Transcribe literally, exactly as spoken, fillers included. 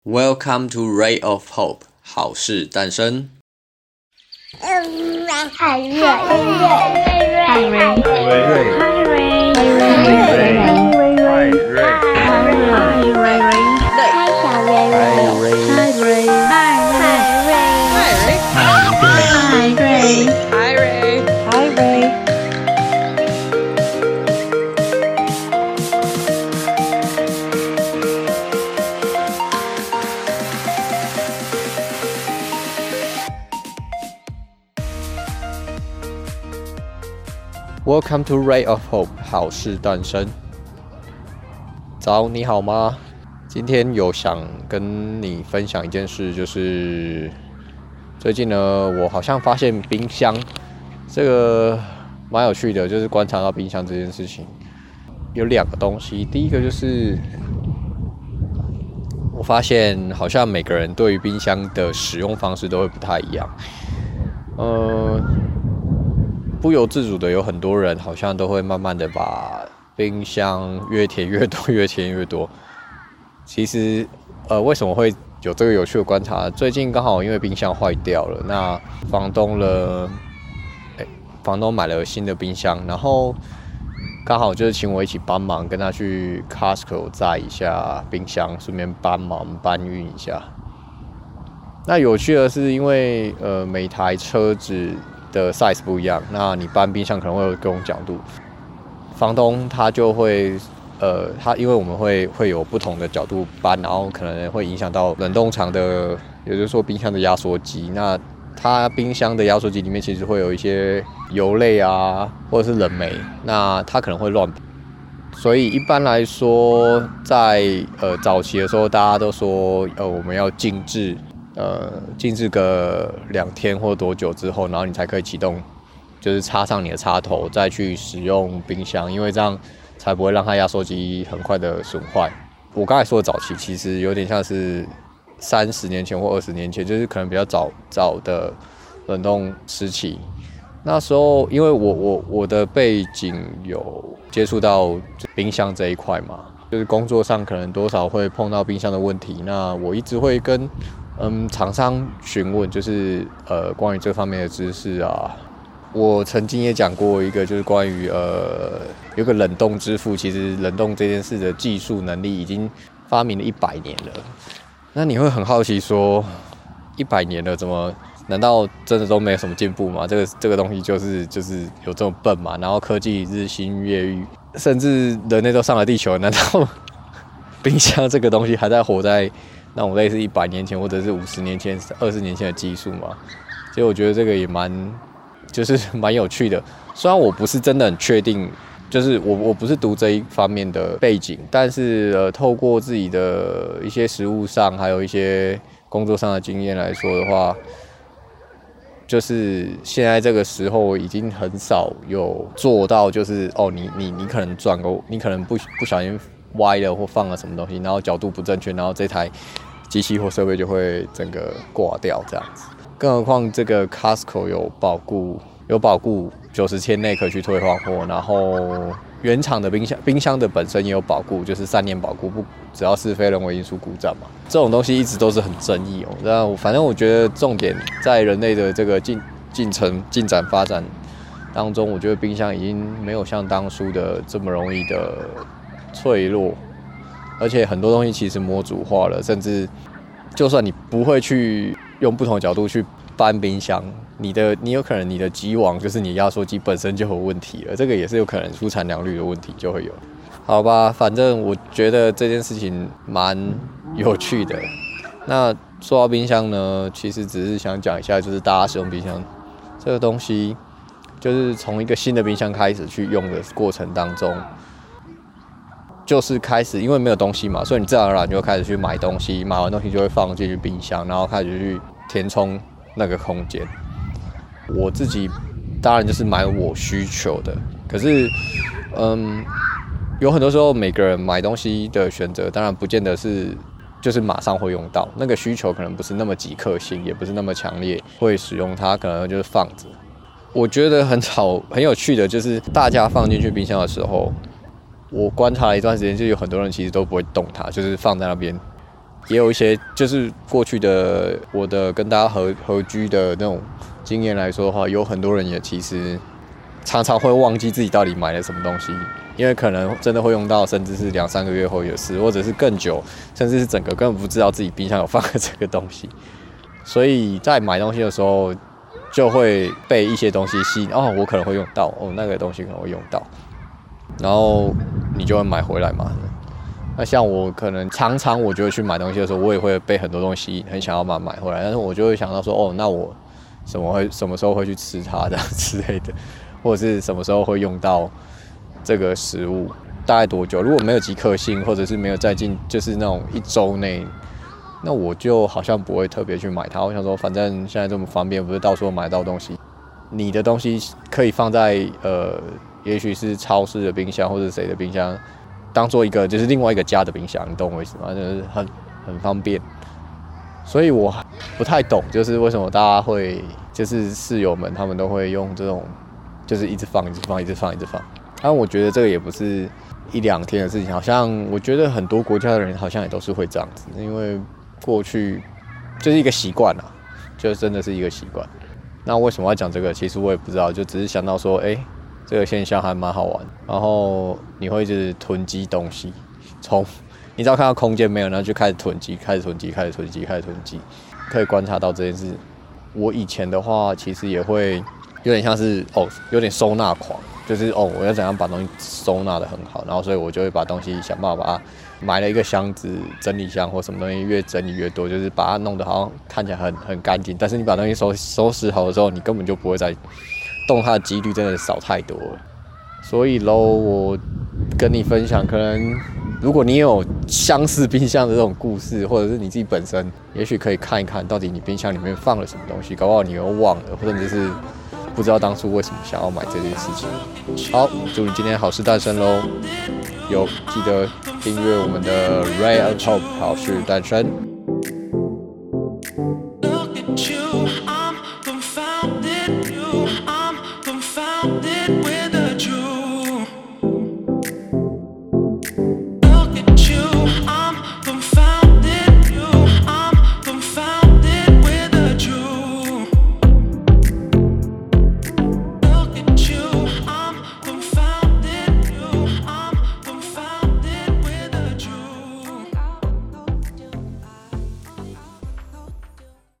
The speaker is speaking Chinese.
Welcome to Ray of Hope， 好事诞生。 海瑞，海瑞，海瑞，海瑞，海瑞，海瑞，海瑞，海瑞，海瑞，小瑞瑞，海瑞，海瑞，海瑞，海瑞，海瑞。 Welcome to Ray of Hope， 好事诞生。早，你好吗？今天有想跟你分享一件事，就是最近呢，我好像发现冰箱这个蛮有趣的，就是观察到冰箱这件事情有两个东西。第一个就是我发现好像每个人对于冰箱的使用方式都会不太一样，呃。不由自主的，有很多人好像都会慢慢的把冰箱越填越多，越填越多。其实，呃，为什么会有这个有趣的观察？最近刚好因为冰箱坏掉了，那房东了，欸、房东买了新的冰箱，然后刚好就是请我一起帮忙，跟他去 Costco 载一下冰箱，顺便帮忙搬运一下。那有趣的是，因为呃每台车子的 size 不一样，那你搬冰箱可能会有各种角度。房东他就会，呃，他因为我们会会有不同的角度搬，然后可能会影响到冷冻藏的，也就是说冰箱的压缩机。那它冰箱的压缩机里面其实会有一些油类啊，或者是冷媒，那它可能会乱。所以一般来说，在呃早期的时候，大家都说，呃，我们要静置。呃，静置个两天或多久之后，然后你才可以启动，就是插上你的插头，再去使用冰箱，因为这样才不会让它压缩机很快的损坏。我刚才说的早期，其实有点像是三十年前或二十年前，就是可能比较早早的冷冻时期。那时候，因为我我我的背景有接触到冰箱这一块嘛，就是工作上可能多少会碰到冰箱的问题，那我一直会跟嗯，厂商询问就是呃关于这方面的知识啊，我曾经也讲过一个就是关于呃有个冷冻之父，其实冷冻这件事的技术能力已经发明了一百年了。那你会很好奇说，一百年了，怎么难道真的都没有什么进步吗？这个这个东西就是就是有这么笨嘛？然后科技日新月异，甚至人类都上了地球，难道冰箱这个东西还在活在那种类似一百年前或者是五十年前、二十年前的技术嘛？其实我觉得这个也蛮，就是蛮有趣的。虽然我不是真的很确定，就是我我不是读这一方面的背景，但是呃，透过自己的一些实务上，还有一些工作上的经验来说的话，就是现在这个时候已经很少有做到，就是哦，你你你可能转个，你可能不不小心歪了或放了什么东西，然后角度不正确，然后这台机器或设备就会整个挂掉这样子。更何况这个 Costco 有保固，有保固九十天内可以去退换货，然后原厂的冰箱冰箱的本身也有保固，就是三年保固，不只要是非人为因素故障嘛。这种东西一直都是很争议哦。那反正我觉得重点在人类的这个进进程进展发展当中，我觉得冰箱已经没有像当初的这么容易的脆弱，而且很多东西其实模组化了，甚至就算你不会去用不同的角度去搬冰箱，你的你有可能你的机网就是你压缩机本身就有问题了，这个也是有可能出产良率的问题就会有。好吧，反正我觉得这件事情蛮有趣的。那说到冰箱呢，其实只是想讲一下，就是大家使用冰箱这个东西，就是从一个新的冰箱开始去用的过程当中。就是开始，因为没有东西嘛，所以你自然而然就会开始去买东西，买完东西就会放进去冰箱，然后开始去填充那个空间。我自己当然就是买我需求的，可是，嗯，有很多时候每个人买东西的选择，当然不见得是就是马上会用到，那个需求可能不是那么即刻性，也不是那么强烈会使用它，可能就是放着。我觉得很好很有趣的就是大家放进去冰箱的时候。我观察了一段时间，就有很多人其实都不会动它，就是放在那边， 也有一些就是过去的我的跟大家合合居的那种经验来说的话，有很多人也其实常常会忘记自己到底买了什么东西，因为可能真的会用到，甚至是两三个月后有事，或者是更久，甚至是整个根本不知道自己冰箱有放了这个东西，所以在买东西的时候就会被一些东西吸引，哦，我可能会用到，哦，那个东西可能会用到，然后你就会买回来嘛。那像我可能常常我就会去买东西的时候，我也会被很多东西吸引，很想要把它买回来，但是我就会想到说，哦，那我什么会什么时候会去吃它的之类的，或者是什么时候会用到这个食物，大概多久？如果没有即刻性，或者是没有在近就是那种一周内，那我就好像不会特别去买它。我想说，反正现在这么方便，不是到处都买到东西，你的东西可以放在呃，也许是超市的冰箱或者谁的冰箱。当做一个就是另外一个家的冰箱，你懂我意思吗？就是很很方便，所以我不太懂，就是为什么大家会就是室友们他们都会用这种，就是一直放、一直放、一直放、一直放。但我觉得这个也不是一两天的事情，好像我觉得很多国家的人好像也都是会这样子，因为过去就是一个习惯啦，就真的是一个习惯。那为什么要讲这个？其实我也不知道，就只是想到说，哎、欸。这个现象还蛮好玩，然后你会一直囤积东西，从你只要看到空间没有，然后就开始囤积，开始囤积，开始囤积，开始囤积，可以观察到这件事。我以前的话，其实也会有点像是哦，有点收纳狂，就是哦，我要怎样把东西收纳得很好，然后所以我就会把东西想办法把它买了一个箱子，整理箱或什么东西越整理越多，就是把它弄得好像看起来很很干净，但是你把东西收收拾好的时候，你根本就不会再动它的几率真的少太多了，所以咯，我跟你分享，可能如果你有相似冰箱的这种故事，或者是你自己本身，也许可以看一看到底你冰箱里面放了什么东西，搞不好你又忘了，或者是不知道当初为什么想要买这件事情。好，祝你今天好事诞生咯！有记得订阅我们的 Ray and Hope 好事诞生。